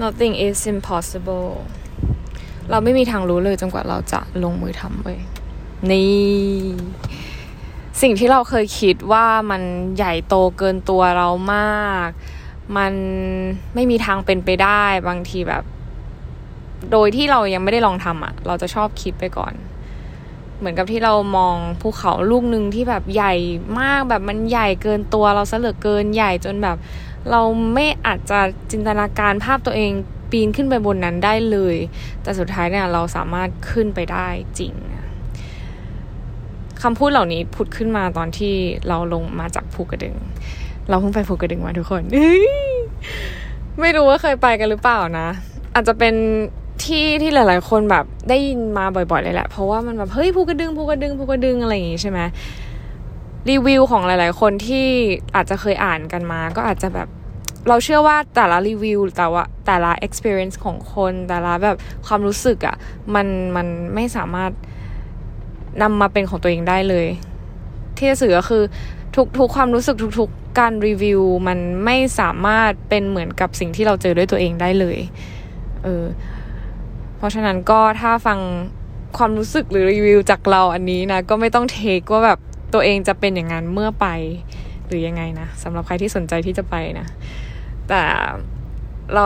nothing is impossible เราไม่มีทางรู้เลยจนกว่าเราจะลงมือทำเว้ยนี่สิ่งที่เราเคยคิดว่ามันใหญ่โตเกินตัวเรามากมันไม่มีทางเป็นไปได้บางทีแบบโดยที่เรายังไม่ได้ลองทำเราจะชอบคิดไปก่อนเหมือนกับที่เรามองภูเขาลูกนึงที่แบบใหญ่มากแบบมันใหญ่เกินตัวเราซะเหลือเกินใหญ่จนแบบเราไม่อาจจะจินตนาการภาพตัวเองปีนขึ้นไปบนนั้นได้เลยแต่สุดท้ายเนี่ยเราสามารถขึ้นไปได้จริงคำพูดเหล่านี้ผุดขึ้นมาตอนที่เราลงมาจากภูกระดึงเราเพิ่งไปภูกระดึงมาทุกคนไม่รู้ว่าเคยไปกันหรือเปล่านะอาจจะเป็นที่หลายๆคนแบบได้ยินมาบ่อยๆเลยแหละเพราะว่ามันแบบเฮ้ยภูกระดึงอะไรอย่างงี้ใช่ไหมรีวิวของหลายๆคนที่อาจจะเคยอ่านกันมาก็อาจจะแบบเราเชื่อว่าแต่ละรีวิวแต่ละ experience ของคนแต่ละแบบความรู้สึกมันไม่สามารถนำมาเป็นของตัวเองได้เลยที่จะสื่อก็คือทุกความรู้สึกทุกการรีวิวมันไม่สามารถเป็นเหมือนกับสิ่งที่เราเจอด้วยตัวเองได้เลยเพราะฉะนั้นก็ถ้าฟังความรู้สึกหรือรีวิวจากเราอันนี้นะก็ไม่ต้องเทคว่าแบบตัวเองจะเป็นอย่างนั้นเมื่อไปหรือยังไงนะสำหรับใครที่สนใจที่จะไปนะแต่เรา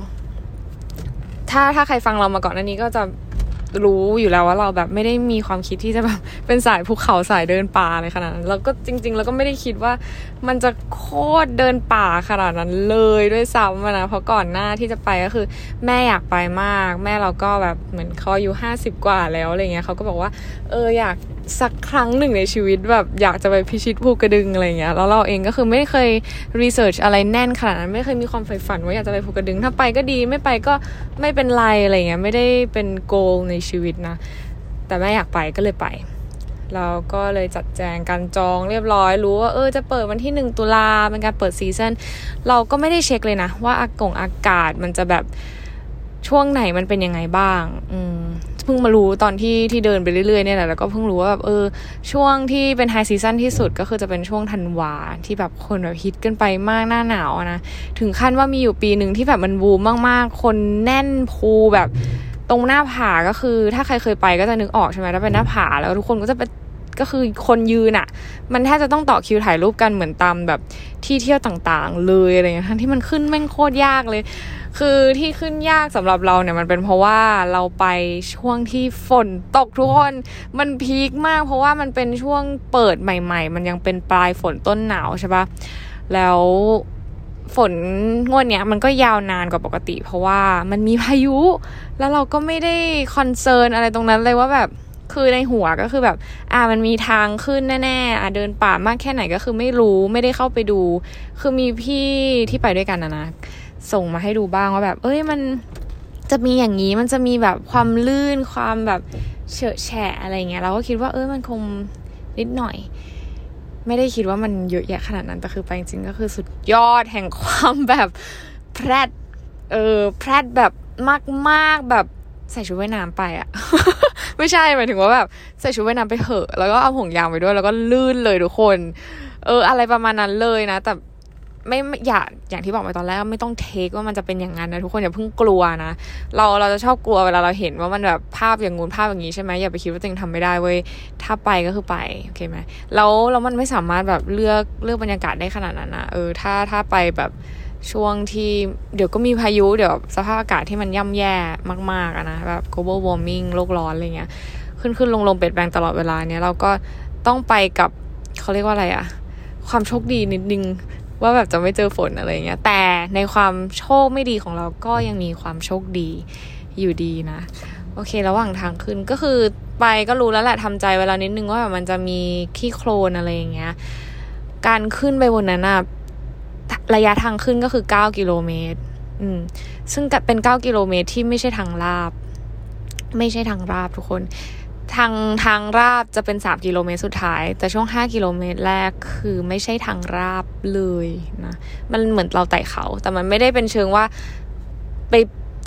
ถ้าใครฟังเรามาก่อนอันนี้ก็จะรู้อยู่แล้วว่าเราแบบไม่ได้มีความคิดที่จะแบบเป็นสายภูเขาสายเดินป่าอะไรขนาดนั้นแล้วก็จริงๆแล้วก็ไม่ได้คิดว่ามันจะโคตรเดินป่าขนาดนั้นเลยด้วยซ้ำนะเพราะก่อนหน้าที่จะไปก็คือแม่อยากไปมากแม่เราก็แบบเหมือนเขาอายุ50กว่าแล้วอะไรเงี้ยเขาก็บอกว่าอยากสักครั้งหนึ่งในชีวิตแบบอยากจะไปพิชิตภูกระดึงอะไรเงี้ยแล้วเราเองก็คือไม่เคยรีเสิร์ชอะไรแน่นขนาดนั้นไม่เคยมีความใฝ่ฝันว่าอยากจะไปภูกระดึงถ้าไปก็ดีไม่ไปก็ไม่เป็นไรอะไรเงี้ยไม่ได้เป็นโกลในชีวิตนะแต่แม่อยากไปก็เลยไปเราก็เลยจัดแจงการจองเรียบร้อยรู้ว่าจะเปิดวันที่1ตุลาเป็นการเปิดซีซั่นเราก็ไม่ได้เช็คเลยนะว่าอากาศมันจะแบบช่วงไหนมันเป็นยังไงบ้างเพิ่งมารู้ตอนที่เดินไปเรื่อยๆเนี่ยแหละแล้วก็เพิ่งรู้ว่าแบบช่วงที่เป็นไฮซีซั่นที่สุดก็คือจะเป็นช่วงธันวาที่แบบคนแบบฮิตกันไปมากหน้าหนาวนะถึงขั้นว่ามีอยู่ปีนึงที่แบบมันบูมมากๆคนแน่นพูแบบตรงหน้าผาก็คือถ้าใครเคยไปก็จะนึกออกใช่ไหมถ้าเป็นหน้าผาแล้วทุกคนก็จะเป็นก็คือคนยืนมันแทบจะต้องต่อคิวถ่ายรูปกันเหมือนตามแบบที่เที่ยวต่างๆเลยอะไรเงี้ยทั้งที่มันขึ้นแม่งโคตรยากเลยคือที่ขึ้นยากสำหรับเราเนี่ยมันเป็นเพราะว่าเราไปช่วงที่ฝนตกทุกคนมันพีคมากเพราะว่ามันเป็นช่วงเปิดใหม่ๆมันยังเป็นปลายฝนต้นหนาวใช่ปะแล้วฝนงวดเนี้ยมันก็ยาวนานกว่าปกติเพราะว่ามันมีพายุแล้วเราก็ไม่ได้คอนเซิร์นอะไรตรงนั้นเลยว่าแบบคือในหัวก็คือแบบมันมีทางขึ้นแน่ๆเดินป่ามากแค่ไหนก็คือไม่รู้ไม่ได้เข้าไปดูคือมีพี่ที่ไปด้วยกันนะส่งมาให้ดูบ้างว่าแบบมันจะมีอย่างนี้มันจะมีแบบความลื่นความแบบเฉอะแฉะอะไรเงี้ยเราก็คิดว่ามันคงนิดหน่อยไม่ได้คิดว่ามันเยอะแยะขนาดนั้นแต่คือไปจริงๆก็คือสุดยอดแห่งความแบบแพร่แพร่แบบมากๆแบบใส่ชุดว่ายน้ำไปไม่ใช่หมายถึงว่าแบบใส่ชุดว่ายน้ำไปเหอะแล้วก็เอาห่วงยางไปด้วยแล้วก็ลื่นเลยทุกคนอะไรประมาณนั้นเลยนะแต่ไม่อย่างที่บอกไปตอนแรกไม่ต้องเทคว่ามันจะเป็นอย่างนั้นนะทุกคนอย่าเพิ่งกลัวนะเราจะชอบกลัวเวลาเราเห็นว่ามันแบบภาพอย่างงู้นภาพอย่างนี้ใช่ไหมอย่าไปคิดว่าตัวเองทำไม่ได้เว้ยถ้าไปก็คือไปโอเคไหมแล้วมันไม่สามารถแบบเลือกบรรยากาศได้ขนาดนั้นนะถ้าไปแบบช่วงที่เดี๋ยวก็มีพายุเดี๋ยวสภาพอากาศที่มันย่ำแย่มากๆนะแบบ global warming โลกร้อนอะไรเงี้ยขึ้นลงเปลี่ยนแปลงตลอดเวลาเนี้ยเราก็ต้องไปกับเขาเรียกว่าอะไรความโชคดีนิดนึงว่าแบบจะไม่เจอฝนอะไรเงี้ยแต่ในความโชคไม่ดีของเราก็ยังมีความโชคดีอยู่ดีนะโอเคระหว่างทางขึ้นก็คือไปก็รู้แล้วแหละทำใจเวลานิดนึงว่าแบบมันจะมีขี้โคลนอะไรอย่างเงี้ยการขึ้นไปบนนั้นระยะทางขึ้นก็คือ9กิโลเมตรซึ่งเป็น9กิโลเมตรที่ไม่ใช่ทางราบทุกคนทางราบจะเป็น3กิโลเมตรสุดท้ายแต่ช่วง5กิโลเมตรแรกคือไม่ใช่ทางราบเลยนะมันเหมือนเราไต่เขาแต่มันไม่ได้เป็นเชิงว่าไป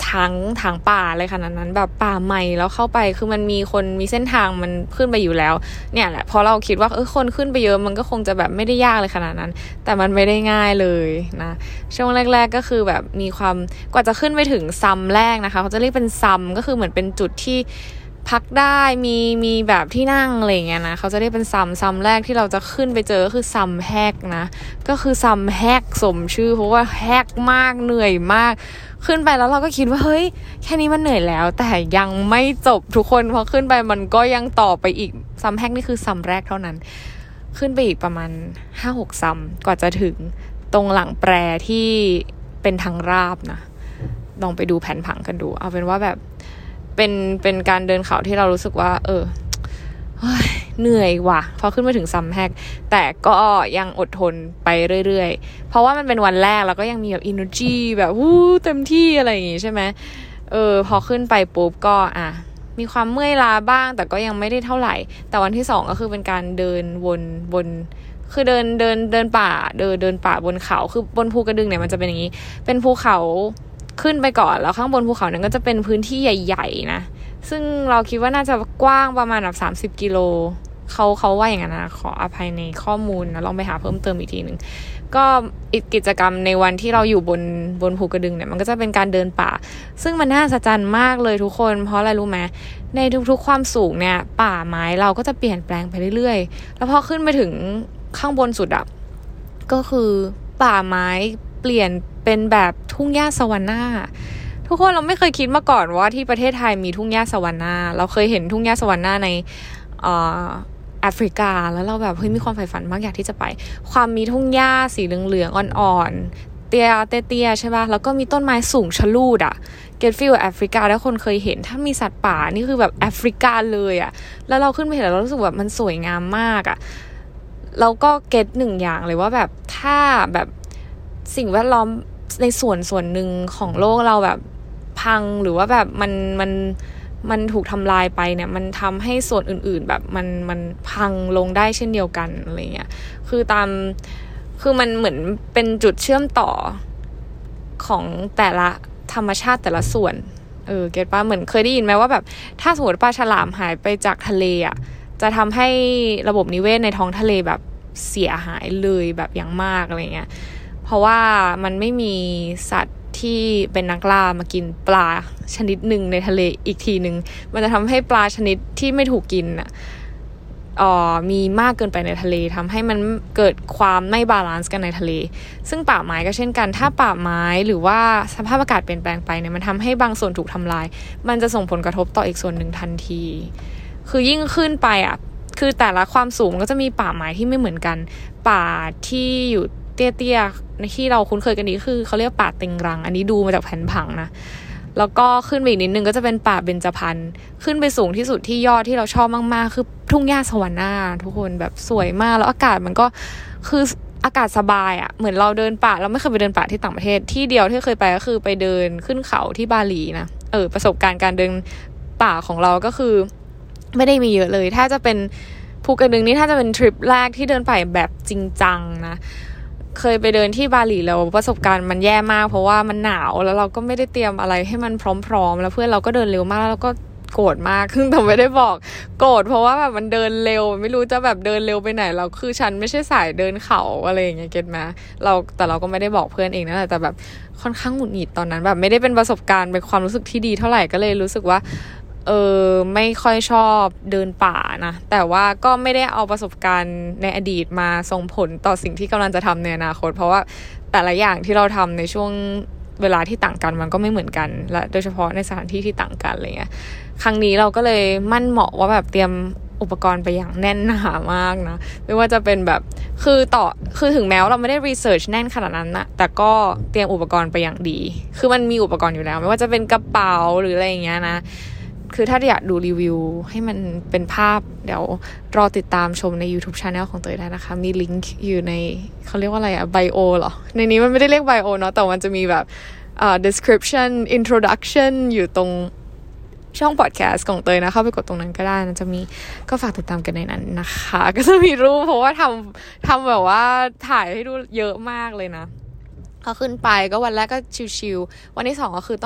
ทางป่าเลยขนาดนั้นแบบป่าใหม่แล้วเข้าไปคือมันมีเส้นทางมันขึ้นไปอยู่แล้วเนี่ยแหละพอเราคิดว่าคนขึ้นไปเยอะมันก็คงจะแบบไม่ได้ยากเลยขนาดนั้นแต่มันไม่ได้ง่ายเลยนะช่วงแรกๆก็คือแบบมีความกว่าจะขึ้นไปถึงซัมแรกนะคะเขาจะเรียกเป็นซัมก็คือเหมือนเป็นจุดที่พักได้มีแบบที่นั่งอะไรอย่างเงี้ยนะเขาจะเรียกเป็นซัมแรกที่เราจะขึ้นไปเจอก็คือซัมแฮกนะก็คือซัมแฮกสมชื่อเพราะว่าแฮกมากเหนื่อยมากขึ้นไปแล้วเราก็คิดว่าเฮ้ยแค่นี้มันเหนื่อยแล้วแต่ยังไม่จบทุกคนพอขึ้นไปมันก็ยังต่อไปอีกซัมแฮกนี่คือซัมแรกเท่านั้นขึ้นไปอีกประมาณ 5-6 ซัมกว่าจะถึงตรงหลังแปรที่เป็นทางราบนะลองไปดูแผนผังกันดูเอาเป็นว่าแบบเป็นการเดินเขาที่เรารู้สึกว่าเหนื่อยว่ะพอขึ้นมาถึงซัมแฮกแต่ก็ยังอดทนไปเรื่อยๆเพราะว่ามันเป็นวันแรกแล้วก็ยังมีแบบ energy แบบเต็มที่อะไรอย่างงี้ใช่ไหมพอขึ้นไปปุ๊บก็มีความเมื่อยล้าบ้างแต่ก็ยังไม่ได้เท่าไหร่แต่วันที่2ก็คือเป็นการเดินวนคือเดินป่าเดินป่าบนเขาคือบนภูกระดึงเนี่ยมันจะเป็นอย่างนี้เป็นภูเขาขึ้นไปก่อนแล้วข้างบนภูเขานั้นก็จะเป็นพื้นที่ใหญ่ๆนะซึ่งเราคิดว่าน่าจะกว้างประมาณแบบ30 กิโลเขาว่าอย่างนั้นนะขออภัยในข้อมูลนะลองไปหาเพิ่มเติมอีกทีนึงก็อีกกิจกรรมในวันที่เราอยู่บนภูกระดึงเนี่ยมันก็จะเป็นการเดินป่าซึ่งมันน่าสะใจมากเลยทุกคนเพราะอะไรรู้ไหมในทุกๆความสูงเนี่ยป่าไม้เราก็จะเปลี่ยนแปลงไปเรื่อยๆแล้วพอขึ้นไปถึงข้างบนสุดก็คือป่าไม้เปลี่ยนเป็นแบบทุ่งหญ้าสวรรค์ทุกคนเราไม่เคยคิดมาก่อนว่าที่ประเทศไทยมีทุ่งหญ้าสวรรค์เราเคยเห็นทุ่งหญ้าสวรรค์ในแอฟริกาแล้วเราแบบมีความใฝ่ฝันมากอยากที่จะไปความมีทุ่งหญ้าสีเหลืองๆอ่อนๆเตี้ยใช่ป่ะแล้วก็มีต้นไม้สูงชะลูดเกตฟิลแอฟริกาแล้วคนเคยเห็นถ้ามีสัตว์ป่านี่คือแบบแอฟริกาเลยแล้วเราขึ้นไปเห็นแล้วเรารู้สึกแบบมันสวยงามมากแล้วก็เก็ตหนึ่งอย่างเลยว่าแบบถ้าแบบสิ่งแวดล้อมในส่วนหนึ่งของโลกเราแบบพังหรือว่าแบบมันถูกทำลายไปเนี่ยมันทำให้ส่วนอื่นๆแบบมันพังลงได้เช่นเดียวกันอะไรเงี้ยคือมันเหมือนเป็นจุดเชื่อมต่อของแต่ละธรรมชาติแต่ละส่วนเก็ทป่ะเหมือนเคยได้ยินไหมว่าแบบถ้าสมมติปลาฉลามหายไปจากทะเลจะทำให้ระบบนิเวศในท้องทะเลแบบเสียหายเลยแบบอย่างมากอะไรเงี้ยเพราะว่ามันไม่มีสัตว์ที่เป็นนักล่ามากินปลาชนิดหนึ่งในทะเลอีกทีนึงมันจะทำให้ปลาชนิดที่ไม่ถูกกินมีมากเกินไปในทะเลทำให้มันเกิดความไม่บาลานซ์กันในทะเลซึ่งป่าไม้ก็เช่นกันถ้าป่าไม้หรือว่าสภาพอากาศเปลี่ยนแปลงไปเนี่ยมันทำให้บางส่วนถูกทำลายมันจะส่งผลกระทบต่ออีกส่วนหนึ่งทันทีคือยิ่งขึ้นไปคือแต่ละความสูงก็จะมีป่าไม้ที่ไม่เหมือนกันป่าที่อยู่เตี้ยๆในที่เราคุ้นเคยกันดีคือเขาเรียกป่าเต็งรังอันนี้ดูมาจากแผนผังนะแล้วก็ขึ้นไปอีกนิดนึงก็จะเป็นป่าเบญจพรรณขึ้นไปสูงที่สุดที่ยอดที่เราชอบมากๆคือทุ่งหญ้าสวรรค์ทุกคนแบบสวยมากแล้วอากาศมันก็คืออากาศสบายเหมือนเราเดินป่าเราไม่เคยไปเดินป่าที่ต่างประเทศที่เดียวที่เคยไปก็คือไปเดินขึ้นเขาที่บาหลีนะประสบการณ์การเดินป่าของเราก็คือไม่ได้มีเยอะเลยถ้าจะเป็นภูกระดึงนี่ถ้าจะเป็นทริปแรกที่เดินป่าแบบจริงจังนะเคยไปเดินที่บาหลีแล้วประสบการณ์มันแย่มากเพราะว่ามันหนาวแล้วเราก็ไม่ได้เตรียมอะไรให้มันพร้อมๆแล้วเพื่อนเราก็เดินเร็วมากแล้วก็โกรธมากแต่ไม่ได้บอกโกรธเพราะว่าแบบมันเดินเร็วไม่รู้จะแบบเดินเร็วไปไหนเราคือฉันไม่ใช่สายเดินเขาอะไรอย่างเงี้ยเก็ทไหมแต่เราก็ไม่ได้บอกเพื่อนเองนะแต่แบบค่อนข้างหงุดหงิดตอนนั้นแบบไม่ได้เป็นประสบการณ์เป็นความรู้สึกที่ดีเท่าไหร่ก็เลยรู้สึกว่าไม่ค่อยชอบเดินป่านะแต่ว่าก็ไม่ได้เอาประสบการณ์ในอดีตมาส่งผลต่อสิ่งที่กำลังจะทำในอนาคตเพราะว่าแต่ละอย่างที่เราทำในช่วงเวลาที่ต่างกันมันก็ไม่เหมือนกันและโดยเฉพาะในสถานที่ที่ต่างกันอะไรเงี้ยครั้งนี้เราก็เลยมั่นเหมาะว่าแบบเตรียมอุปกรณ์ไปอย่างแน่นหนามากนะไม่ว่าจะเป็นแบบคือถึงแม้ว่าเราไม่ได้รีเสิร์ชแน่นขนาดนั้นนะแต่ก็เตรียมอุปกรณ์ไปอย่างดีคือมันมีอุปกรณ์อยู่แล้วไม่ว่าจะเป็นกระเป๋าหรืออะไรอย่างเงี้ยนะคือถ้าอยากดูรีวิวให้มันเป็นภาพเดี๋ยวรอติดตามชมใน YouTube Channel ของเตยได้นะคะมีลิงก์อยู่ในเขาเรียกว่าอะไรไบโอเหรอในนี้มันไม่ได้เรียกไบโอเนาะแต่มันจะมีแบบdescription introduction อยู่ตรงช่อง podcast ของเตยนะเข้าไปกดตรงนั้นก็ได้นะจะมีก็ฝากติดตามกันในนั้นนะคะก็จะมีรูปเพราะว่าทำแบบว่าถ่ายให้ดูเยอะมากเลยนะพอขึ้นไปก็วันแรกก็ชิลๆวันที่2ก็คือต้อง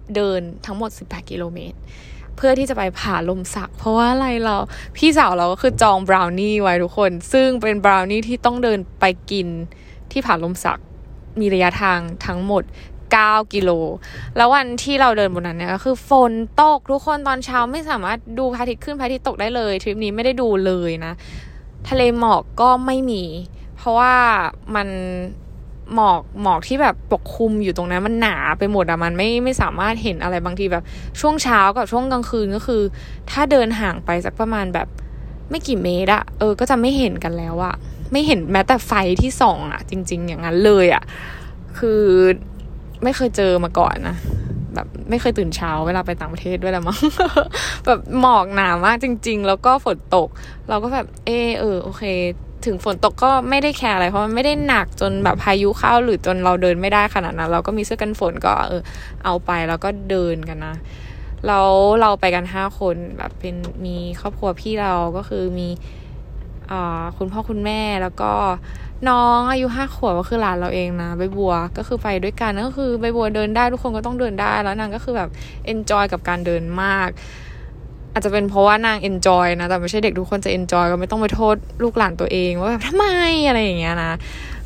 เดินทั้งหมด18กิโลเมตรเพื่อที่จะไปผาลมสักเพราะว่าอะไรพี่สาวเราก็คือจองบราวนี่ไว้ทุกคนซึ่งเป็นบราวนี่ที่ต้องเดินไปกินที่ผาลมสักมีระยะทางทั้งหมด9 กิโลแล้ววันที่เราเดินบนนั้นเนี่ยก็คือฝนตกทุกคนตอนเช้าไม่สามารถดูพระอาทิตย์ขึ้นพระอาทิตย์ตกได้เลยทริปนี้ไม่ได้ดูเลยนะทะเลหมอกก็ไม่มีเพราะว่ามันหมอกที่แบบปกคลุมอยู่ตรงนั้นมันหนาไปหมดอะมันไม่สามารถเห็นอะไรบางทีแบบช่วงเช้ากับช่วงกลางคืนก็คือถ้าเดินห่างไปสักประมาณแบบไม่กี่เมตรอะก็จะไม่เห็นกันแล้วอะไม่เห็นแม้แต่ไฟที่ส่องอะจริงๆอย่างนั้นเลยอะคือไม่เคยเจอมาก่อนนะแบบไม่เคยตื่นเช้าเวลาไปต่างประเทศด้วยแหละมั้ง แบบหมอกหนามากจริงๆแล้วก็ฝนตกเราก็แบบโอเคถึงฝนตกก็ไม่ได้แคร์อะไรเพราะมันไม่ได้หนักจนแบบพายุเข้าหรือจนเราเดินไม่ได้ขนาดนั้นเราก็มีเสื้อกันฝนก็เอาไปแล้วก็เดินกันนะแล้วเราไปกัน5 คนแบบเป็นมีครอบครัวพี่เราก็คือมีคุณพ่อคุณแม่แล้วก็น้องอายุ5 ขวบก็คือหลานเราเองนะใบบัวก็คือไปด้วยกันก็คือใบบัวเดินได้ทุกคนก็ต้องเดินได้แล้วนางก็คือแบบเอนจอยกับการเดินมากอาจจะเป็นเพราะว่านางเอนจอยนะแต่ไม่ใช่เด็กทุกคนจะเอนจอยก็ไม่ต้องไปโทษลูกหลานตัวเองว่าแบบทำไมอะไรอย่างเงี้ยนะ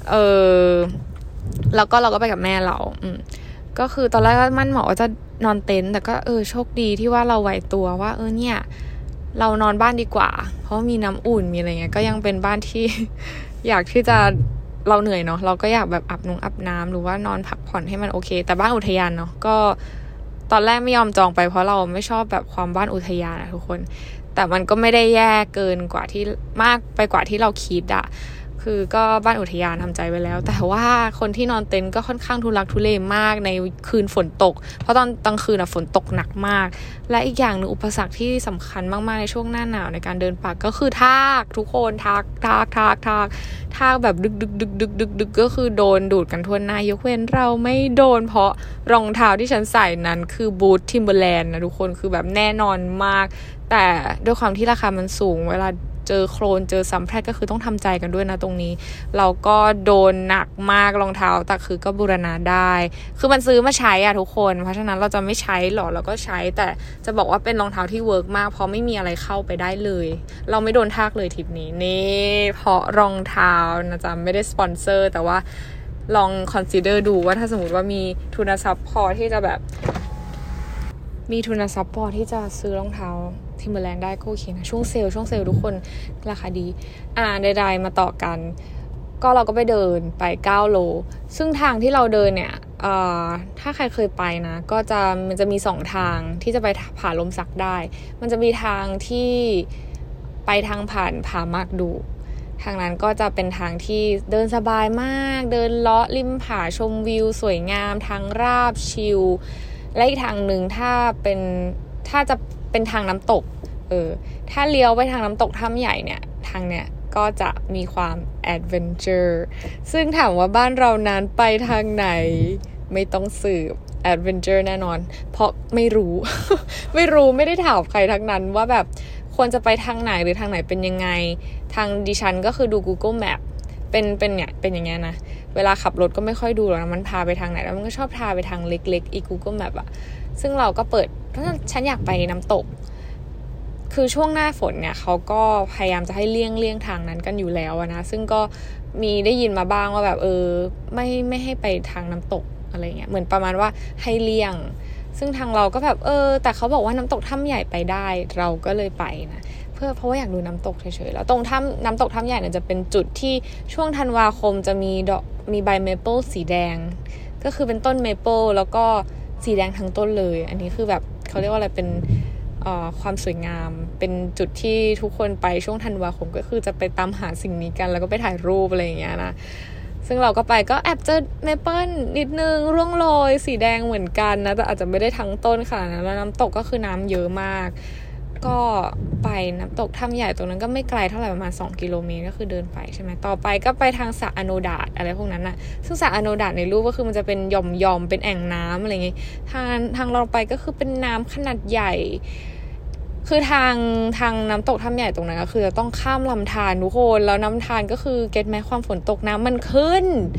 แล้วก็เราก็ไปกับแม่เราก็คือตอนแรกก็มั่นหมอว่าจะนอนเต็นท์แต่ก็โชคดีที่ว่าเราไหวตัวว่าเนี่ยเรานอนบ้านดีกว่าเพราะมีน้ำอุ่นมีอะไรเงี้ยก็ยังเป็นบ้านที่ อยากที่จะเราเหนื่อยเนาะเราก็อยากแบบอาบน้ำหรือว่านอนพักผ่อนให้มันโอเคแต่บ้านอุทยานเนาะก็ตอนแรกไม่ยอมจองไปเพราะเราไม่ชอบแบบความบ้านอุทยานนะทุกคนแต่มันก็ไม่ได้แย่เกินกว่าที่มากไปกว่าที่เราคิดอะคือก็บ้านอุทยานทำใจไว้แล้วแต่ว่าคนที่นอนเต็นท์ก็ค่อนข้างทุลักทุเลมากในคืนฝนตกเพราะตอนกลางคืนฝนตกหนักมากและอีกอย่างนึงอุปสรรคที่สำคัญมากๆในช่วงหน้าหนาวในการเดินป่าก็คือทากทุกคนทากแบบดึกก็คือโดนดูดกันทั่วหน้ายกเว้นเราไม่โดนเพราะรองเท้าที่ฉันใส่นั้นคือบูททิมเบอร์แลนด์นะทุกคนคือแบบแน่นอนมากแต่ด้วยความที่ราคามันสูงเวลาเจอโคลนเจอซ้ำแพร่ก็คือต้องทำใจกันด้วยนะตรงนี้เราก็โดนหนักมากรองเท้าแต่คือก็บูรณะได้คือมันซื้อมาใช้อะทุกคนเพราะฉะนั้นเราจะไม่ใช้หรอเราก็ใช้แต่จะบอกว่าเป็นรองเท้าที่เวิร์กมากเพราะไม่มีอะไรเข้าไปได้เลยเราไม่โดนทากเลยทริปนี้นี่เพราะรองเท้านะจ๊ะไม่ได้สปอนเซอร์แต่ว่าลองคอนซิเดอร์ดูว่าถ้าสมมติว่ามีทุนทรัพย์พอที่จะแบบมีทุนทรัพย์พอที่จะซื้อรองเท้าทิมเบอร์แลนด์ได้ก็โอเคนะช่วงเซลล์ทุกคนราคาดีใดๆมาต่อกันก็เราก็ไปเดินไป9 โลซึ่งทางที่เราเดินเนี่ยถ้าใครเคยไปนะก็มันจะมี2ทางที่จะไปผาลมสักได้มันจะมีทางที่ไปทางผ่านผามากดูทางนั้นก็จะเป็นทางที่เดินสบายมากเดินเลาะริมผาชมวิวสวยงามทางราบชิลและอีกทางนึงถ้าจะเป็นทางน้ำตกถ้าเลี้ยวไปทางน้ำตกถ้ำใหญ่เนี่ยทางเนี่ยก็จะมีความแอดเวนเจอร์ซึ่งถามว่าบ้านเรานั้นไปทางไหนไม่ต้องสืบแอดเวนเจอร์แน่นอนเพราะไม่รู้ ไม่ได้ถามใครทั้งนั้นว่าแบบควรจะไปทางไหนหรือทางไหนเป็นยังไงทางดิฉันก็คือดู Google Map เป็นอย่างเงี้ยนะเวลาขับรถก็ไม่ค่อยดูหรอกนะมันพาไปทางไหนแล้วมันก็ชอบพาไปทางเล็กๆอี Google Map อะซึ่งเราก็เปิดเพราะฉันอยากไปน้ำตกคือช่วงหน้าฝนเนี่ยเขาก็พยายามจะให้เลี่ยงทางนั้นกันอยู่แล้วนะซึ่งก็มีได้ยินมาบ้างว่าแบบไม่ให้ไปทางน้ำตกอะไรเงี้ยเหมือนประมาณว่าให้เลี่ยงซึ่งทางเราก็แบบแต่เขาบอกว่าน้ำตกถ้ำใหญ่ไปได้เราก็เลยไปนะเพราะว่าอยากดูน้ำตกเฉยๆแล้วตรงน้ำตกถ้ำใหญ่เนี่ยจะเป็นจุดที่ช่วงธันวาคมจะมีใบเมเปิลสีแดงก็คือเป็นต้นเมเปิลแล้วก็สีแดงทั้งต้นเลยอันนี้คือแบบเขาเรียกว่าอะไรเป็นความสวยงามเป็นจุดที่ทุกคนไปช่วงธันวาคมก็คือจะไปตามหาสิ่งนี้กันแล้วก็ไปถ่ายรูปอะไรอย่างเงี้ยนะซึ่งเราก็ไปก็แอบเจอเมเปิลนิดนึงร่วงโรยสีแดงเหมือนกันนะแต่อาจจะไม่ได้ทั้งต้นค่ะนะแล้วน้ำตกก็คือน้ำเยอะมากก็ไปน้ำตกถ้ำใหญ่ตรงนั้นก็ไม่ไกลเท่าไหร่ประมาณ2 กิโลเมตรก็คือเดินไปใช่ไหมต่อไปก็ไปทางสระอโนดาตอะไรพวกนั้นนะซึ่งสระอโนดาตในรูปก็คือมันจะเป็นหย่อมเป็นแอ่งน้ำอะไรเงี้ยทางเราไปก็คือเป็นน้ำขนาดใหญ่คือทางน้ำตกถ้ำใหญ่ตรงนั้นก็คือจะต้องข้ามลำธารทุกคนแล้วน้ำธารก็คือเก็ตไหมความฝนตกน้ำมันขึ้น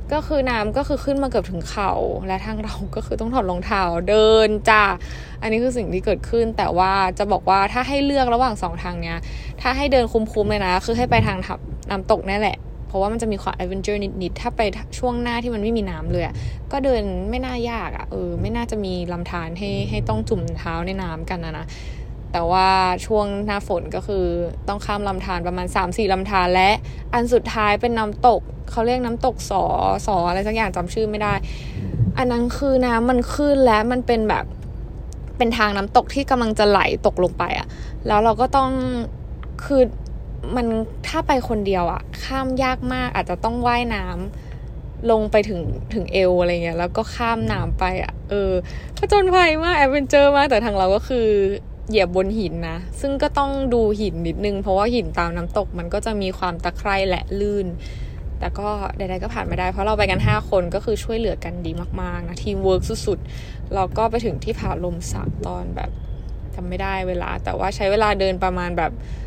ก็คือน้ำก็คือขึ้นมาเกือบถึงเข่าและทางเราก็คือต้องถอดรองเท้าเดินจ้าอันนี้คือสิ่งที่เกิดขึ้นแต่ว่าจะบอกว่าถ้าให้เลือกระหว่าง2ทางเนี้ยถ้าให้เดินคุ้มๆเลยนะคือให้ไปทางน้ำตกแน่แหละเพราะว่ามันจะมีความแอดเวนเจอร์นิดๆถ้าไปช่วงหน้าที่มันไม่มีน้ำเลยก็เดินไม่น่ายากไม่น่าจะมีลำธารให้ต้องจุ่มเท้าในน้ำกันนะแต่ว่าช่วงหน้าฝนก็คือต้องข้ามลำธารประมาณ 3-4 ลำธารและอันสุดท้ายเป็นน้ำตกเขาเรียกน้ำตกสออะไรสักอย่างจำชื่อไม่ได้อันนั้นคือน้ำมันขึ้นและมันเป็นแบบเป็นทางน้ำตกที่กำลังจะไหลตกลงไปแล้วเราก็ต้องคือมันถ้าไปคนเดียวข้ามยากมากอาจจะต้องว่ายน้ำลงไปถึงเอวอะไรเงี้ยแล้วก็ข้ามน้ำไปผจญภัยมากแอดเวนเจอร์มากแต่ทางเราก็คือเหยียบบนหินนะซึ่งก็ต้องดูหินนิดนึงเพราะว่าหินตามน้ำตกมันก็จะมีความตะไคร่และลื่นแต่ก็ใดๆก็ผ่านไม่ได้เพราะเราไปกัน5คนก็คือช่วยเหลือกันดีมากๆนะทีมเวิร์กสุดๆเราก็ไปถึงที่ผาลมสักตอนแบบจำไม่ได้เวลาแต่ว่าใช้เวลาเดินประมาณแบบ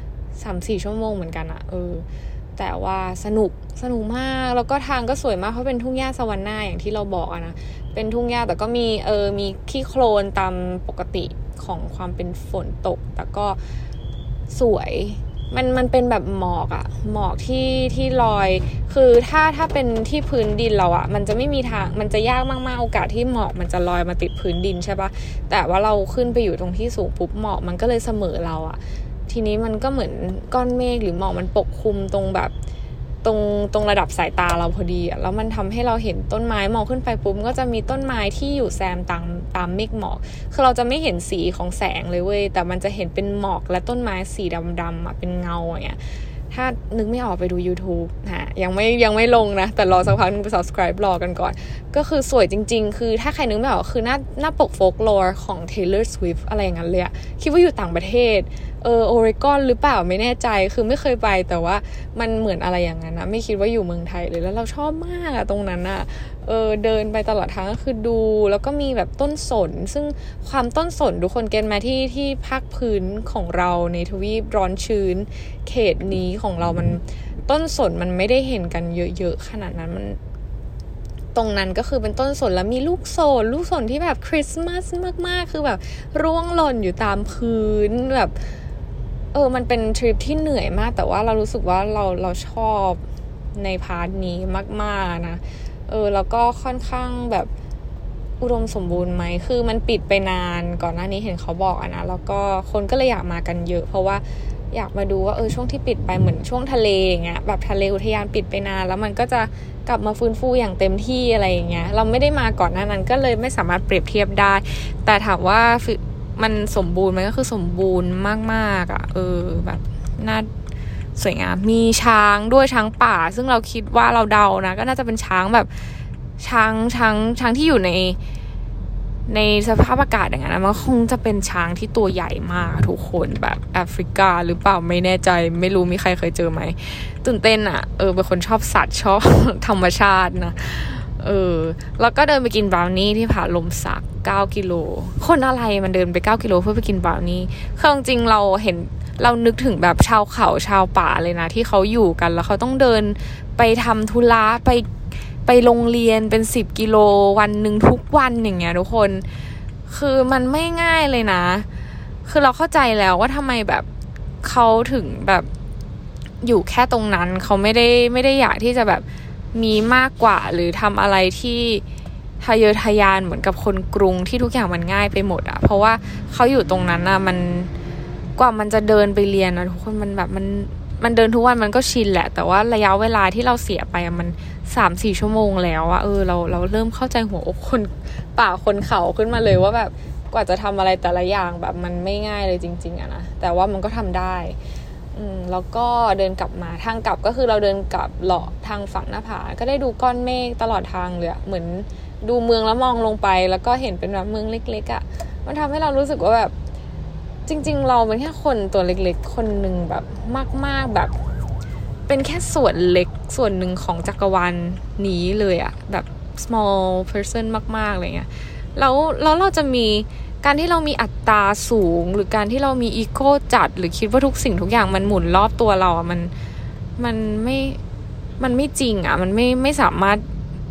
3-4 ชั่วโมงเหมือนกันแต่ว่าสนุกมากแล้วก็ทางก็สวยมากเพราะเป็นทุ่งหญ้าสวรรค์หน้าอย่างที่เราบอกนะเป็นทุ่งหญ้าแต่ก็มีขี้โคลนตามปกติของความเป็นฝนตกแต่ก็สวยมันเป็นแบบหมอกที่ลอยคือถ้าเป็นที่พื้นดินเรามันจะไม่มีทางมันจะยากมากๆโอกาสที่หมอกมันจะลอยมาติดพื้นดินใช่ปะแต่ว่าเราขึ้นไปอยู่ตรงที่สูงปุ๊บหมอกมันก็เลยเสมอเราทีนี้มันก็เหมือนก้อนเมฆหรือหมอกมันปกคลุมตรงแบบตรงระดับสายตาเราพอดีแล้วมันทำให้เราเห็นต้นไม้มองขึ้นไปปุ๊บก็จะมีต้นไม้ที่อยู่แซมตามเมฆหมอกคือเราจะไม่เห็นสีของแสงเลยเว้ยแต่มันจะเห็นเป็นหมอกและต้นไม้สีดำๆเป็นเงาอย่างเงี้ยถ้านึกไม่ออกไปดู YouTube ยังไม่ลงนะแต่รอสักพักนึงไป subscribe รอกันก่อนก็คือสวยจริงๆคือถ้าใครนึกไม่ออกคือหน้าปกโฟล์คลอร์ของ Taylor Swift อะไรอย่างนั้นเลยคิดว่าอยู่ต่างประเทศโอเรกอนหรือเปล่าไม่แน่ใจคือไม่เคยไปแต่ว่ามันเหมือนอะไรอย่างนั้นนะไม่คิดว่าอยู่เมืองไทยเลยแล้วเราชอบมากตรงนั้นเดินไปตลอดทางก็คือดูแล้วก็มีแบบต้นสนซึ่งความต้นสนทุกคนเก็ตมาที่ภาคพื้นของเราในทวีปร้อนชื้นเขตนี้ของเรามันต้นสนมันไม่ได้เห็นกันเยอะๆขนาดนั้นมันตรงนั้นก็คือเป็นต้นสนแล้วมีลูกสนที่แบบคริสต์มาสมากๆคือแบบร่วงหล่นอยู่ตามพื้นแบบมันเป็นทริปที่เหนื่อยมากแต่ว่าเรารู้สึกว่าเราชอบในพาร์ทนี้มากๆนะแล้วก็ค่อนข้างแบบอุดมสมบูรณ์ไหมคือมันปิดไปนานก่อนหน้านี้เห็นเขาบอกนะแล้วก็คนก็เลยอยากมากันเยอะเพราะว่าอยากมาดูว่าช่วงที่ปิดไปเหมือนช่วงทะเลอย่างเงี้ยแบบทะเลอุทยานปิดไปนานแล้วมันก็จะกลับมาฟื้นฟูอย่างเต็มที่อะไรอย่างเงี้ยเราไม่ได้มาก่อนหน้านั้นก็เลยไม่สามารถเปรียบเทียบได้แต่ถามว่ามันสมบูรณ์มันก็คือสมบูรณ์มากๆแบบน่าสวยงามมีช้างด้วยช้างป่าซึ่งเราคิดว่าเราเดานะก็น่าจะเป็นช้างแบบช้างที่อยู่ในสภาพอากาศอย่างนั้นมันคงจะเป็นช้างที่ตัวใหญ่มากทุกคนแบบแอฟริกาหรือเปล่าไม่แน่ใจไม่รู้มีใครเคยเจอไหมตื่นเต้นเป็นคนชอบสัตว์ชอบ ธรรมชาตินะแล้วก็เดินไปกินบราวนี่ที่ผาลมสัก9 กิโลคนอะไรมันเดินไป9 กิโลเพื่อไปกินบราวนี่คือจริงๆเรานึกถึงแบบชาวเขาชาวป่าเลยนะที่เขาอยู่กันแล้วเขาต้องเดินไปทำธุระไปโรงเรียนเป็น10 กิโลวันนึงทุกวันอย่างเงี้ยทุกคนคือมันไม่ง่ายเลยนะคือเราเข้าใจแล้วว่าทำไมแบบเขาถึงแบบอยู่แค่ตรงนั้นเขาไม่ได้อยากที่จะแบบมีมากกว่าหรือทำอะไรที่ทะเยอทะยานเหมือนกับคนกรุงที่ทุกอย่างมันง่ายไปหมดเพราะว่าเขาอยู่ตรงนั้นมันกว่ามันจะเดินไปเรียนทุกคนมันแบบมันเดินทุกวันมันก็ชินแหละแต่ว่าระยะเวลาที่เราเสียไปมัน 3-4 ชั่วโมงแล้วเราเริ่มเข้าใจหัวอกคนป่าคนเขาขึ้นมาเลยว่าแบบกว่าจะทำอะไรแต่ละอย่างแบบมันไม่ง่ายเลยจริงๆนะแต่ว่ามันก็ทำได้แล้วก็เดินกลับมาทางกลับก็คือเราเดินกลับเลาะทางฝั่งหน้าผาก็ได้ดูก้อนเมฆตลอดทางเลยเหมือนดูเมืองแล้วมองลงไปแล้วก็เห็นเป็นแบบเมืองเล็กๆมันทำให้เรารู้สึกว่าแบบจริงๆเราเป็นแค่คนตัวเล็กๆคนหนึ่งแบบมากๆแบบเป็นแค่ส่วนเล็กส่วนหนึ่งของจักรวาลนี้เลยแบบ small person มากๆอะไรเงี้ยแล้วเราจะมีการที่เรามีอัตราสูงหรือการที่เรามีอีโก้จัดหรือคิดว่าทุกสิ่งทุกอย่างมันหมุนรอบตัวเรามันไม่จริงมันไม่สามารถ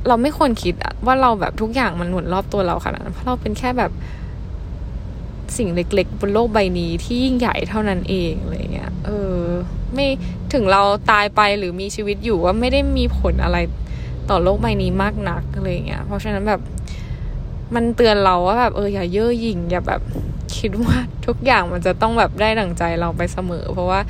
เราไม่ควรคิดว่าเราแบบทุกอย่างมันหมุนรอบตัวเราขนาดนั้นเพราะเราเป็นแค่แบบสิ่งเล็กๆบนโลกใบนี้ที่ยิ่งใหญ่เท่านั้นเองอะไรเงี้ยไม่ถึงเราตายไปหรือมีชีวิตอยู่ว่าไม่ได้มีผลอะไรต่อโลกใบนี้มากนักอะไรเงี้ยเพราะฉะนั้นแบบมันเตือนเราว่าแบบอย่าเย่อหยิ่งอย่าแบบคิดว่าทุกอย่างมันจะต้องแบบได้ดั่งใจเราไปเสมอเพราะว่า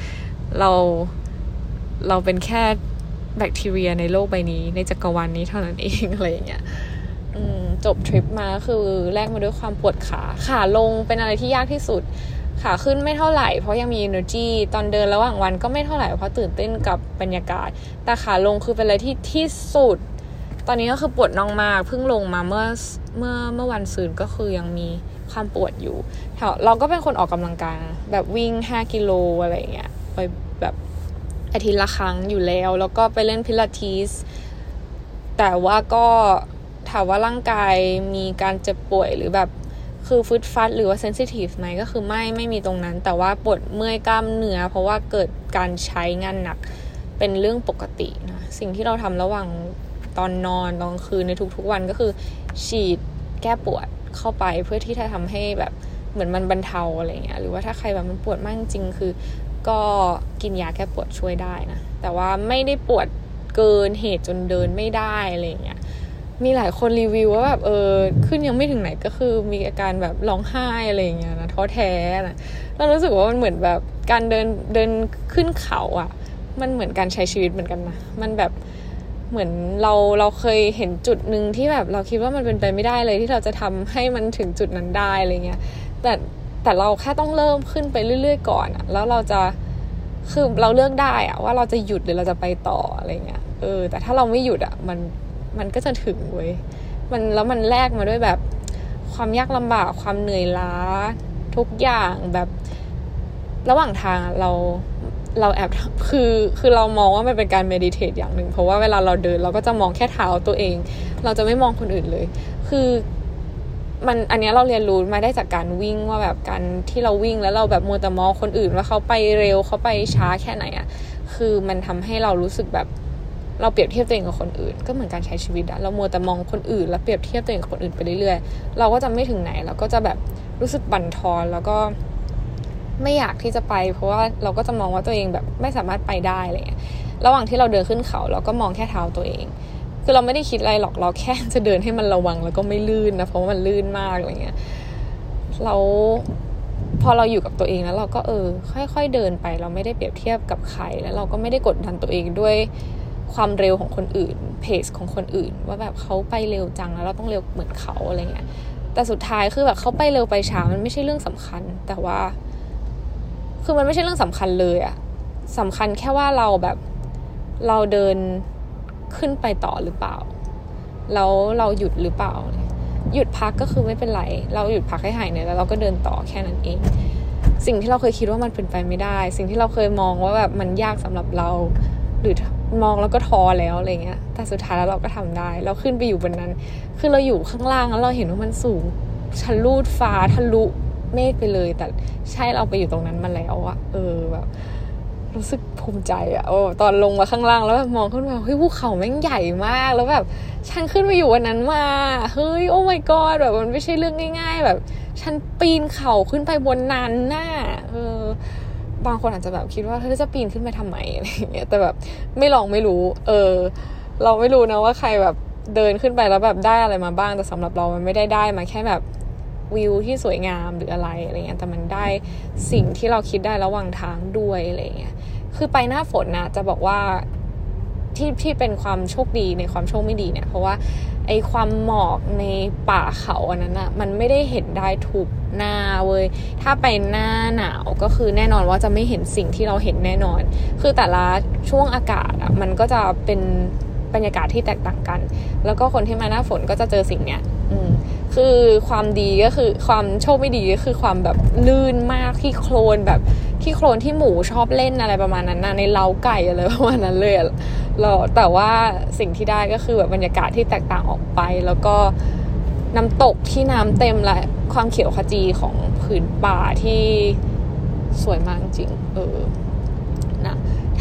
เราเป็นแค่แบคทีเรียในโลกใบนี้ในจักรวาลนี้เท่านั้นเองอะไรอย่างเงี้ยจบทริปมาคือแลกมาด้วยความปวดขาลงเป็นอะไรที่ยากที่สุดขาขึ้นไม่เท่าไหร่เพราะยังมี energy ตอนเดินระหว่างวันก็ไม่เท่าไหร่เพราะตื่นเต้นกับบรรยากาศแต่ขาลงคือเป็นอะไรที่สุดตอนนี้ก็คือปวดน่องมากเพิ่งลงมาเมื่อวันซืนก็คือยังมีความปวดอยู่เราก็เป็นคนออกกำลังกายนะแบบวิ่ง5 กิโลอะไรอย่างเงี้ยไปแบบอาทิตย์ละครั้งอยู่แล้วก็ไปเล่นพิลาทิสแต่ว่าก็ถามว่าร่างกายมีการเจ็บป่วยหรือแบบคือฟึดฟัดหรือว่าเซนซิทีฟไหมก็คือไม่มีตรงนั้นแต่ว่าปวดเมื่อยกล้ามเนื้อเพราะว่าเกิดการใช้งานหนักเป็นเรื่องปกตินะสิ่งที่เราทำระหว่างตอนนอนตอนคืนในทุกๆวันก็คือฉีดแก้ปวดเข้าไปเพื่อที่จะทำให้แบบเหมือนมันบรรเทาอะไรเงี้ยหรือว่าถ้าใครแบบมันปวดมากจริงคือก็กินยาแก้ปวดช่วยได้นะแต่ว่าไม่ได้ปวดเกินเหตุจนเดินไม่ได้อะไรเงี้ยมีหลายคนรีวิวว่าแบบขึ้นยังไม่ถึงไหนก็คือมีอาการแบบร้องไห้อะไรอย่างเงี้ยนะท้อแท้นะเรารู้สึกว่ามันเหมือนแบบการเดินขึ้นเขาอ่ะมันเหมือนการใช้ชีวิตเหมือนกันนะมันแบบเหมือนเราเคยเห็นจุดนึงที่แบบเราคิดว่ามันเป็นไปไม่ได้เลยที่เราจะทำให้มันถึงจุดนั้นได้อะไรเงี้ยแต่เราแค่ต้องเริ่มขึ้นไปเรื่อยๆก่อนอ่ะแล้วเราจะคือเราเลือกได้อ่ะว่าเราจะหยุดหรือเราจะไปต่ออะไรเงี้ยแต่ถ้าเราไม่หยุดอ่ะมันก็จะถึงเว้ยแล้วมันแลกมาด้วยแบบความยากลำบากความเหนื่อยล้าทุกอย่างแบบระหว่างทางเราแอบคือเรามองว่ามันเป็นการเมดิเทตอย่างหนึ่งเพราะว่าเวลาเราเดินเราก็จะมองแค่เท้าตัวเองเราจะไม่มองคนอื่นเลยคือมันอันนี้เราเรียนรู้มาได้จากการวิ่งว่าแบบการที่เราวิ่งแล้วเราแบบมัวแต่มองคนอื่นว่าเขาไปเร็วเขาไปช้าแค่ไหนอ่ะคือมันทำให้เรารู้สึกแบบเราเปรียบเทียบตัวเองกับคนอื่นก็เหมือนการใช้ชีวิตอะเรามัวแต่มองคนอื่นแล้วเปรียบเทียบตัวเองกับคนอื่นไปเรื่อยๆเราก็จะไม่ถึงไหนเราก็จะแบบรู้สึกบั่นทอนแล้วก็ไม่อยากที่จะไปเพราะว่าเราก็จะมองว่าตัวเองแบบไม่สามารถไปได้อะไรเงี้ยระหว่างที่เราเดินขึ้นเขาเราก็มองแค่เท้าตัวเองคือเราไม่ได้คิดอะไรหรอกเราแค่จะเดินให้มันระวังแล้วก็ไม่ลื่นนะเพราะว่ามันลื่นมากอะไรเงี้ยเราพอเราอยู่กับตัวเองแล้วเราก็ค่อยๆเดินไปเราไม่ได้เปรียบเทียบกับใครแล้วเราก็ไม่ได้กดดันตัวเองด้วยความเร็วของคนอื่นเพจของคนอื่นว่าแบบเขาไปเร็วจังแล้วเราต้องเร็วเหมือนเขาอะไรเงี้ยแต่สุดท้ายคือแบบเขาไปเร็วไปช้ามันไม่ใช่เรื่องสำคัญแต่ว่าคือมันไม่ใช่เรื่องสำคัญเลยอะสำคัญแค่ว่าเราแบบเราเดินขึ้นไปต่อหรือเปล่าแล้วเราหยุดหรือเปล่าหยุดพักก็คือไม่เป็นไรเราหยุดพักให้หายเหนื่อยแล้วเราก็เดินต่อแค่นั้นเองสิ่งที่เราเคยคิดว่ามันเป็นไปไม่ได้สิ่งที่เราเคยมองว่าแบบมันยากสำหรับเราหรือมองแล้วก็ท้อแล้วอะไรเงี้ยแต่สุดท้ายแล้วเราก็ทำได้เราขึ้นไปอยู่บนนั้นคือเราอยู่ข้างล่างแล้วเราเห็นว่ามันสูงทะลุฟ้าทะลุเมฆไปเลยแต่ใช่เราไปอยู่ตรงนั้นมาแล้วอะแบบรู้สึกภูมิใจอะตอนลงมาข้างล่างแล้วแบบมองขึ้นมาเฮ้ยภูเขาแม่งใหญ่มากแล้วแบบฉันขึ้นไปอยู่วันนั้นมาเฮ้ยโอ้ my god แบบมันไม่ใช่เรื่องง่ายๆแบบฉันปีนเขาขึ้นไปบนนั้นน่ะบางคนอาจจะแบบคิดว่าเธอจะปีนขึ้นไปทำไมอะไรอย่างเงี้ยแต่แบบไม่ลองไม่รู้เราไม่รู้นะว่าใครแบบเดินขึ้นไปแล้วแบบได้อะไรมาบ้างแต่สำหรับเรามันไม่ได้มาแค่แบบวิวที่สวยงามหรืออะไรเงี้ยแต่มันได้สิ่งที่เราคิดได้ระหว่างทางด้วยอะไรเงี้ยคือไปหน้าฝนนะจะบอกว่าที่เป็นความโชคดีในความโชคไม่ดีเนี่ยเพราะว่าไอ้ความหมอกในป่าเขาอันนั้นอ่ะมันไม่ได้เห็นได้ทุกหน้าเว้ยถ้าไปหน้าหนาวก็คือแน่นอนว่าจะไม่เห็นสิ่งที่เราเห็นแน่นอนคือแต่ละช่วงอากาศอ่ะมันก็จะเป็นบรรยากาศที่แตกต่างกันแล้วก็คนที่มาหน้าฝนก็จะเจอสิ่งเนี้ยคือความดีก็คือความโชคไม่ดีก็คือความแบบลื่นมากที่โคลนแบบที่โคลนที่หมูชอบเล่นอะไรประมาณนั้นนะในเล้าไก่อะไรประมาณนั้นเลยแต่ว่าสิ่งที่ได้ก็คือแบบบรรยากาศที่แตกต่างออกไปแล้วก็น้ำตกที่น้ำเต็มและความเขียวขจีของผืนป่าที่สวยมากจริงนะ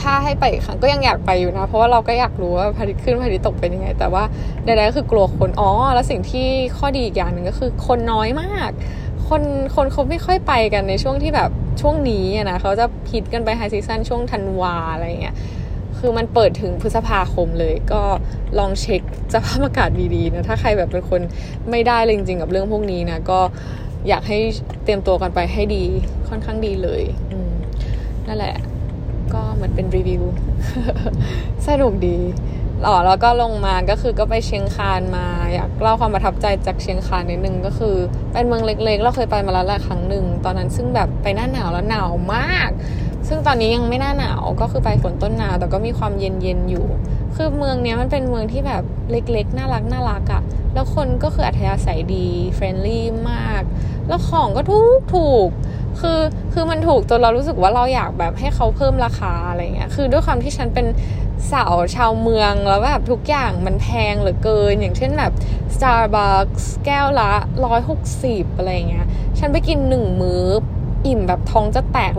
ถ้าให้ไปอีกครั้งก็ยังอยากไปอยู่นะเพราะว่าเราก็อยากรู้ว่าพระอาทิตย์ขึ้นพระอาทิตย์ตกเป็นยังไงแต่ว่าใดๆก็คือกลัวคนแล้วสิ่งที่ข้อดีอีกอย่างหนึ่งก็คือคนน้อยมากคนเขาไม่ค่อยไปกันในช่วงที่แบบช่วงนี้นะเขาจะฮิตกันไปไฮซีซั่นช่วงธันวาอะไรเงี้ยคือมันเปิดถึงพฤษภาคมเลยก็ลองเช็คสภาพอากาศดีๆนะถ้าใครแบบเป็นคนไม่ได้เลยจริงๆกับเรื่องพวกนี้นะก็อยากให้เตรียมตัวกันไปให้ดีค่อนข้างดีเลยนั่นแหละก็เหมือนเป็นรีวิว สนุกดีแล้วก็ลงมาก็คือก็ไปเชียงคานมาอยากเล่าความประทับใจจากเชียงคานนิดนึงก็คือเป็นเมืองเล็กๆเราเคยไปมาแล้วแหละครั้งหนึ่งตอนนั้นซึ่งแบบไปหน้าหนาวแล้วหนาวมากซึ่งตอนนี้ยังไม่หน้าหนาวก็คือไปฝนต้นหนาวแต่ก็มีความเย็นๆอยู่คือเมืองนี้มันเป็นเมืองที่แบบเล็กๆน่ารักอ่ะแล้วคนก็คืออัธยาศัยดีเฟรนลี่มากแล้วของก็ถูกคือมันถูกจนเรารู้สึกว่าเราอยากแบบให้เขาเพิ่มราคาอะไรเงี้ยคือด้วยความที่ฉันเป็นสาวชาวเมืองแล้วแบบทุกอย่างมันแพงเหลือเกินอย่างเช่นแบบ Starbucks แก้วละ160อะไรเงี้ยฉันไปกิน1มื้ออิ่มแบบท้องจะแตก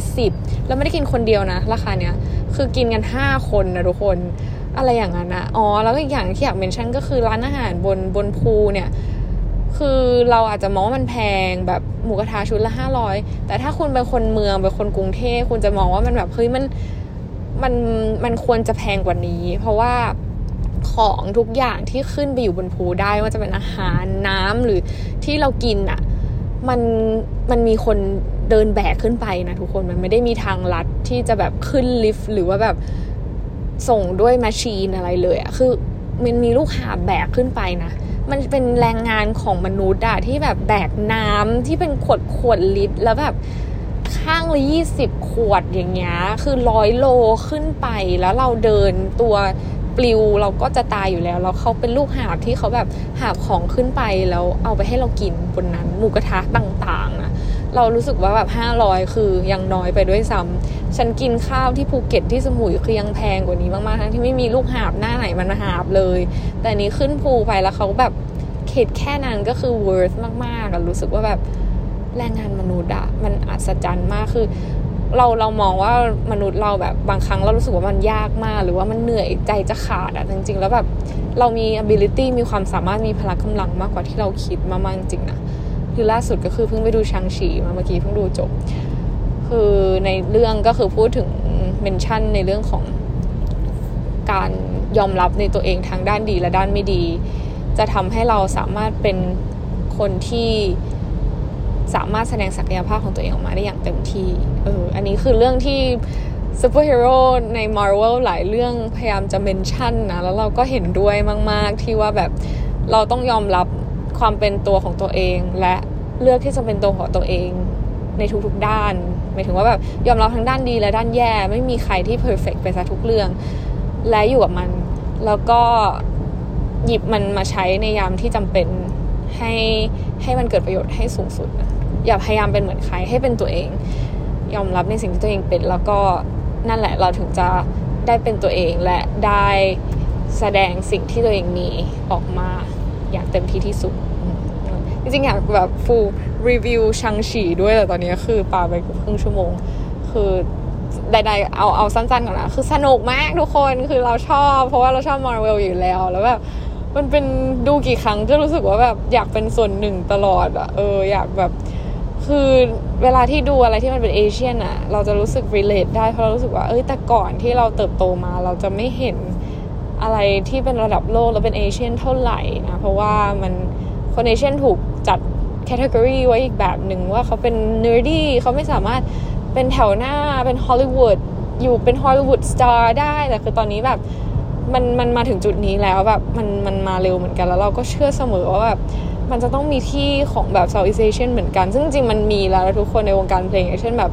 140แล้วไม่ได้กินคนเดียวนะราคาเนี้ยคือกินกัน5คนนะทุกคนอะไรอย่างนั้นนะแล้วก็อีกอย่างที่อยากเมนชั่นก็คือร้านอาหารบนภูเนี่ยคือเราอาจจะมองว่ามันแพงแบบหมูกระทะชุดละ500แต่ถ้าคุณเป็นคนเมืองเป็นคนกรุงเทพคุณจะมองว่ามันแบบเฮ้ยมันควรจะแพงกว่านี้เพราะว่าของทุกอย่างที่ขึ้นไปอยู่บนภูได้ว่าจะเป็นอาหารน้ำหรือที่เรากินอ่ะมันมีคนเดินแบกขึ้นไปนะทุกคนมันไม่ได้มีทางลัดที่จะแบบขึ้นลิฟต์หรือว่าแบบส่งด้วยแมชชีนอะไรเลยอ่ะคือมันมีลูกหาบแบกขึ้นไปนะมันเป็นแรงงานของมนุษย์อะที่แบบแบกน้ำที่เป็นขวดลิตรแล้วแบบข้างละ20 ขวดอย่างเงี้ยคือ100 โลขึ้นไปแล้วเราเดินตัวปลิวเราก็จะตายอยู่แล้วเขาเป็นลูกหาบที่เขาแบบหาบของขึ้นไปแล้วเอาไปให้เรากินบนนั้นหมูกระทะต่างๆนะเรารู้สึกว่าแบบ500คือยังน้อยไปด้วยซ้ำฉันกินข้าวที่ภูเก็ตที่สมุยคือยังแพงกว่านี้มากๆทั้งที่ไม่มีลูกหาบหน้าไหนมันหาบเลยแต่นี้ขึ้นภูไปแล้วเขาแบบเขตแค่นั้นก็คือ worth มากๆรู้สึกว่าแบบแรงงานมนุษย์อะมันอัศจรรย์มากคือเรามองว่ามนุษย์เราแบบบางครั้งเรารู้สึกว่ามันยากมากหรือว่ามันเหนื่อยใจจะขาดอะจริงๆแล้วแบบเรามี ability มีความสามารถมีพละกำลังมากกว่าที่เราคิดมากๆจริงๆนะคือล่าสุดก็คือเพิ่งไปดูชังชีมาเมื่อกี้เพิ่งดูจบคือในเรื่องก็คือพูดถึงเมนชั่นในเรื่องของการยอมรับในตัวเองทั้งด้านดีและด้านไม่ดีจะทำให้เราสามารถเป็นคนที่สามารถแสดงศักยภาพของตัวเองออกมาได้อย่างเต็มที่อันนี้คือเรื่องที่ซูเปอร์ฮีโร่ใน Marvel หลายเรื่องพยายามจะเมนชั่นนะแล้วเราก็เห็นด้วยมากๆที่ว่าแบบเราต้องยอมรับความเป็นตัวของตัวเองและเลือกที่จะเป็นตัวของตัวเองในทุกๆด้านหมายถึงว่าแบบยอมรับทั้งด้านดีและด้านแย่ไม่มีใครที่เพอร์เฟคไปซะทุกเรื่องและอยู่กับมันแล้วก็หยิบมันมาใช้ในยามที่จำเป็นให้มันเกิดประโยชน์ให้สูงสุดนะอย่าพยายามเป็นเหมือนใครให้เป็นตัวเองยอมรับในสิ่งที่ตัวเองเป็นแล้วก็นั่นแหละเราถึงจะได้เป็นตัวเองและได้แสดงสิ่งที่ตัวเองมีออกมาอย่างเต็มที่ที่สุดจริงๆอยากแบบฟูลรีวิวชังฉีด้วยแต่ตอนนี้คือปาไปเกือบครึ่งชั่วโมงคือใดๆเอาสั้นๆก่อนนะคือสนุกมากทุกคนคือเราชอบเพราะว่าเราชอบ Marvel อยู่แล้วแบบมันเป็นดูกี่ครั้งก็รู้สึกว่าแบบอยากเป็นส่วนหนึ่งตลอดอ่ะอยากแบบคือเวลาที่ดูอะไรที่มันเป็นเอเชียนอ่ะเราจะรู้สึก relate ได้เพราะเรารู้สึกว่าแต่ก่อนที่เราเติบโตมาเราจะไม่เห็นอะไรที่เป็นระดับโลกแล้วเป็นเอเชียนเท่าไหร่นะเพราะว่ามันคนเอเชียนถูกจัดแคตตากรีไว้อีกแบบหนึ่งว่าเขาเป็น nerdy เขาไม่สามารถเป็นแถวหน้าเป็นฮอลลีวูดอยู่เป็นฮอลลีวูดสตาร์ได้แต่คือตอนนี้แบบมันมาถึงจุดนี้แล้วแบบมันมาเร็วเหมือนกันแล้วเราก็เชื่อเสมอว่าแบบมันจะต้องมีที่ของแบบ Southeast Asian เหมือนกันซึ่งจริงๆมันมีแล้วทุกคนในวงการเพลงอย่างเช่นแบบ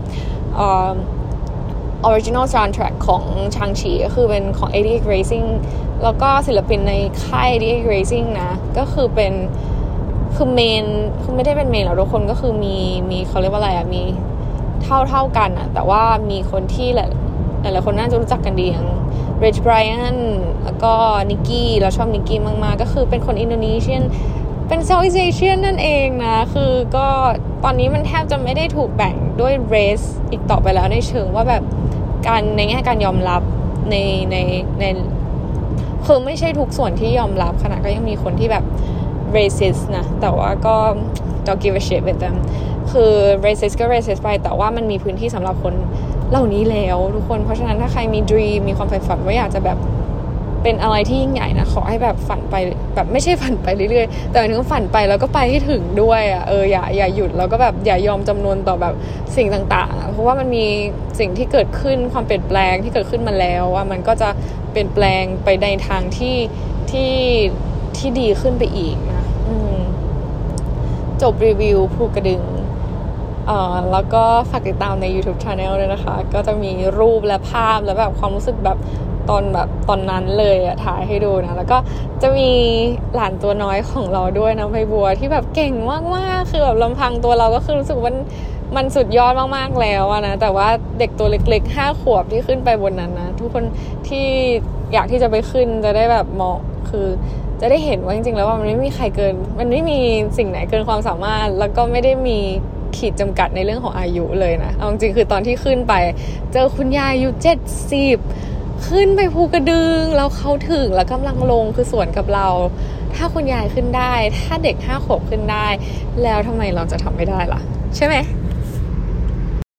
original soundtrack ของชางชีก็คือเป็นของ 88 Racing แล้วก็ศิลปินในค่าย 88 Racing นะก็คือเป็นคือเมนคือไม่ได้เป็นเมนหรอกทุกคนก็คือมีเขาเรียกว่าอะไรอ่ะมีเท่ากันอ่ะแต่ว่ามีคนที่หลายคนน่าจะรู้จักกันดีอย่าง Rich Brian แล้วก็นิกกี้เราชอบนิกกี้มากๆก็คือเป็นคนอินโดนีเซียนเป็น Southeast Asian นั่นเองนะคือก็ตอนนี้มันแทบจะไม่ได้ถูกแบ่งด้วย race อีกต่อไปแล้วในเชิงว่าแบบการในแง่การยอมรับในในคือไม่ใช่ทุกส่วนที่ยอมรับขนาดก็ยังมีคนที่แบบ racist นะแต่ว่าก็ don't give a shit with them คือ racist ก็ racist ไปแต่ว่ามันมีพื้นที่สำหรับคนเหล่านี้แล้วทุกคนเพราะฉะนั้นถ้าใครมี dream มีความใฝ่ฝันว่าอยากจะแบบเป็นอะไรที่ยิ่งใหญ่นะขอให้แบบฝันไปแบบไม่ใช่ฝันไปเรื่อยๆแต่หมายถึงฝันไปแล้วก็ไปให้ถึงด้วยอ่ะอย่าหยุดแล้วก็แบบอย่ายอมจำนนต่อแบบสิ่งต่างๆเพราะว่ามันมีสิ่งที่เกิดขึ้นความเปลี่ยนแปลงที่เกิดขึ้นมาแล้วว่ามันก็จะเปลี่ยนแปลงไปในทางที่ดีขึ้นไปอีกนะจบรีวิวภูกระดึงแล้วก็ฝากติดตามใน YouTube Channel ด้วยนะคะก็จะมีรูปและภาพและแบบความรู้สึกแบบตอนนั้นเลยอะถ่ายให้ดูนะแล้วก็จะมีหลานตัวน้อยของเราด้วยนะใบบัวที่แบบเก่งมากๆคือแบบลำพังตัวเราก็คือรู้สึกว่ามันสุดยอดมากๆแล้วนะแต่ว่าเด็กตัวเล็กๆ5 ขวบที่ขึ้นไปบนนั้นนะทุกคนที่อยากที่จะไปขึ้นจะได้แบบมองคือจะได้เห็นว่าจริงๆแล้วว่ามันไม่มีใครเกินมันไม่มีสิ่งไหนเกินความสามารถแล้วก็ไม่ได้มีขีดจำกัดในเรื่องของอายุเลยนะเอาจริงๆคือตอนที่ขึ้นไปเจอคุณยายอายุ70ขึ้นไปภูกระดึงแล้วเขาถึงแล้วกำลังลงคือสวนกับเราถ้าคุณยายขึ้นได้ถ้าเด็ก5 ขวบขึ้นได้แล้วทำไมเราจะทำไม่ได้ล่ะใช่ไหม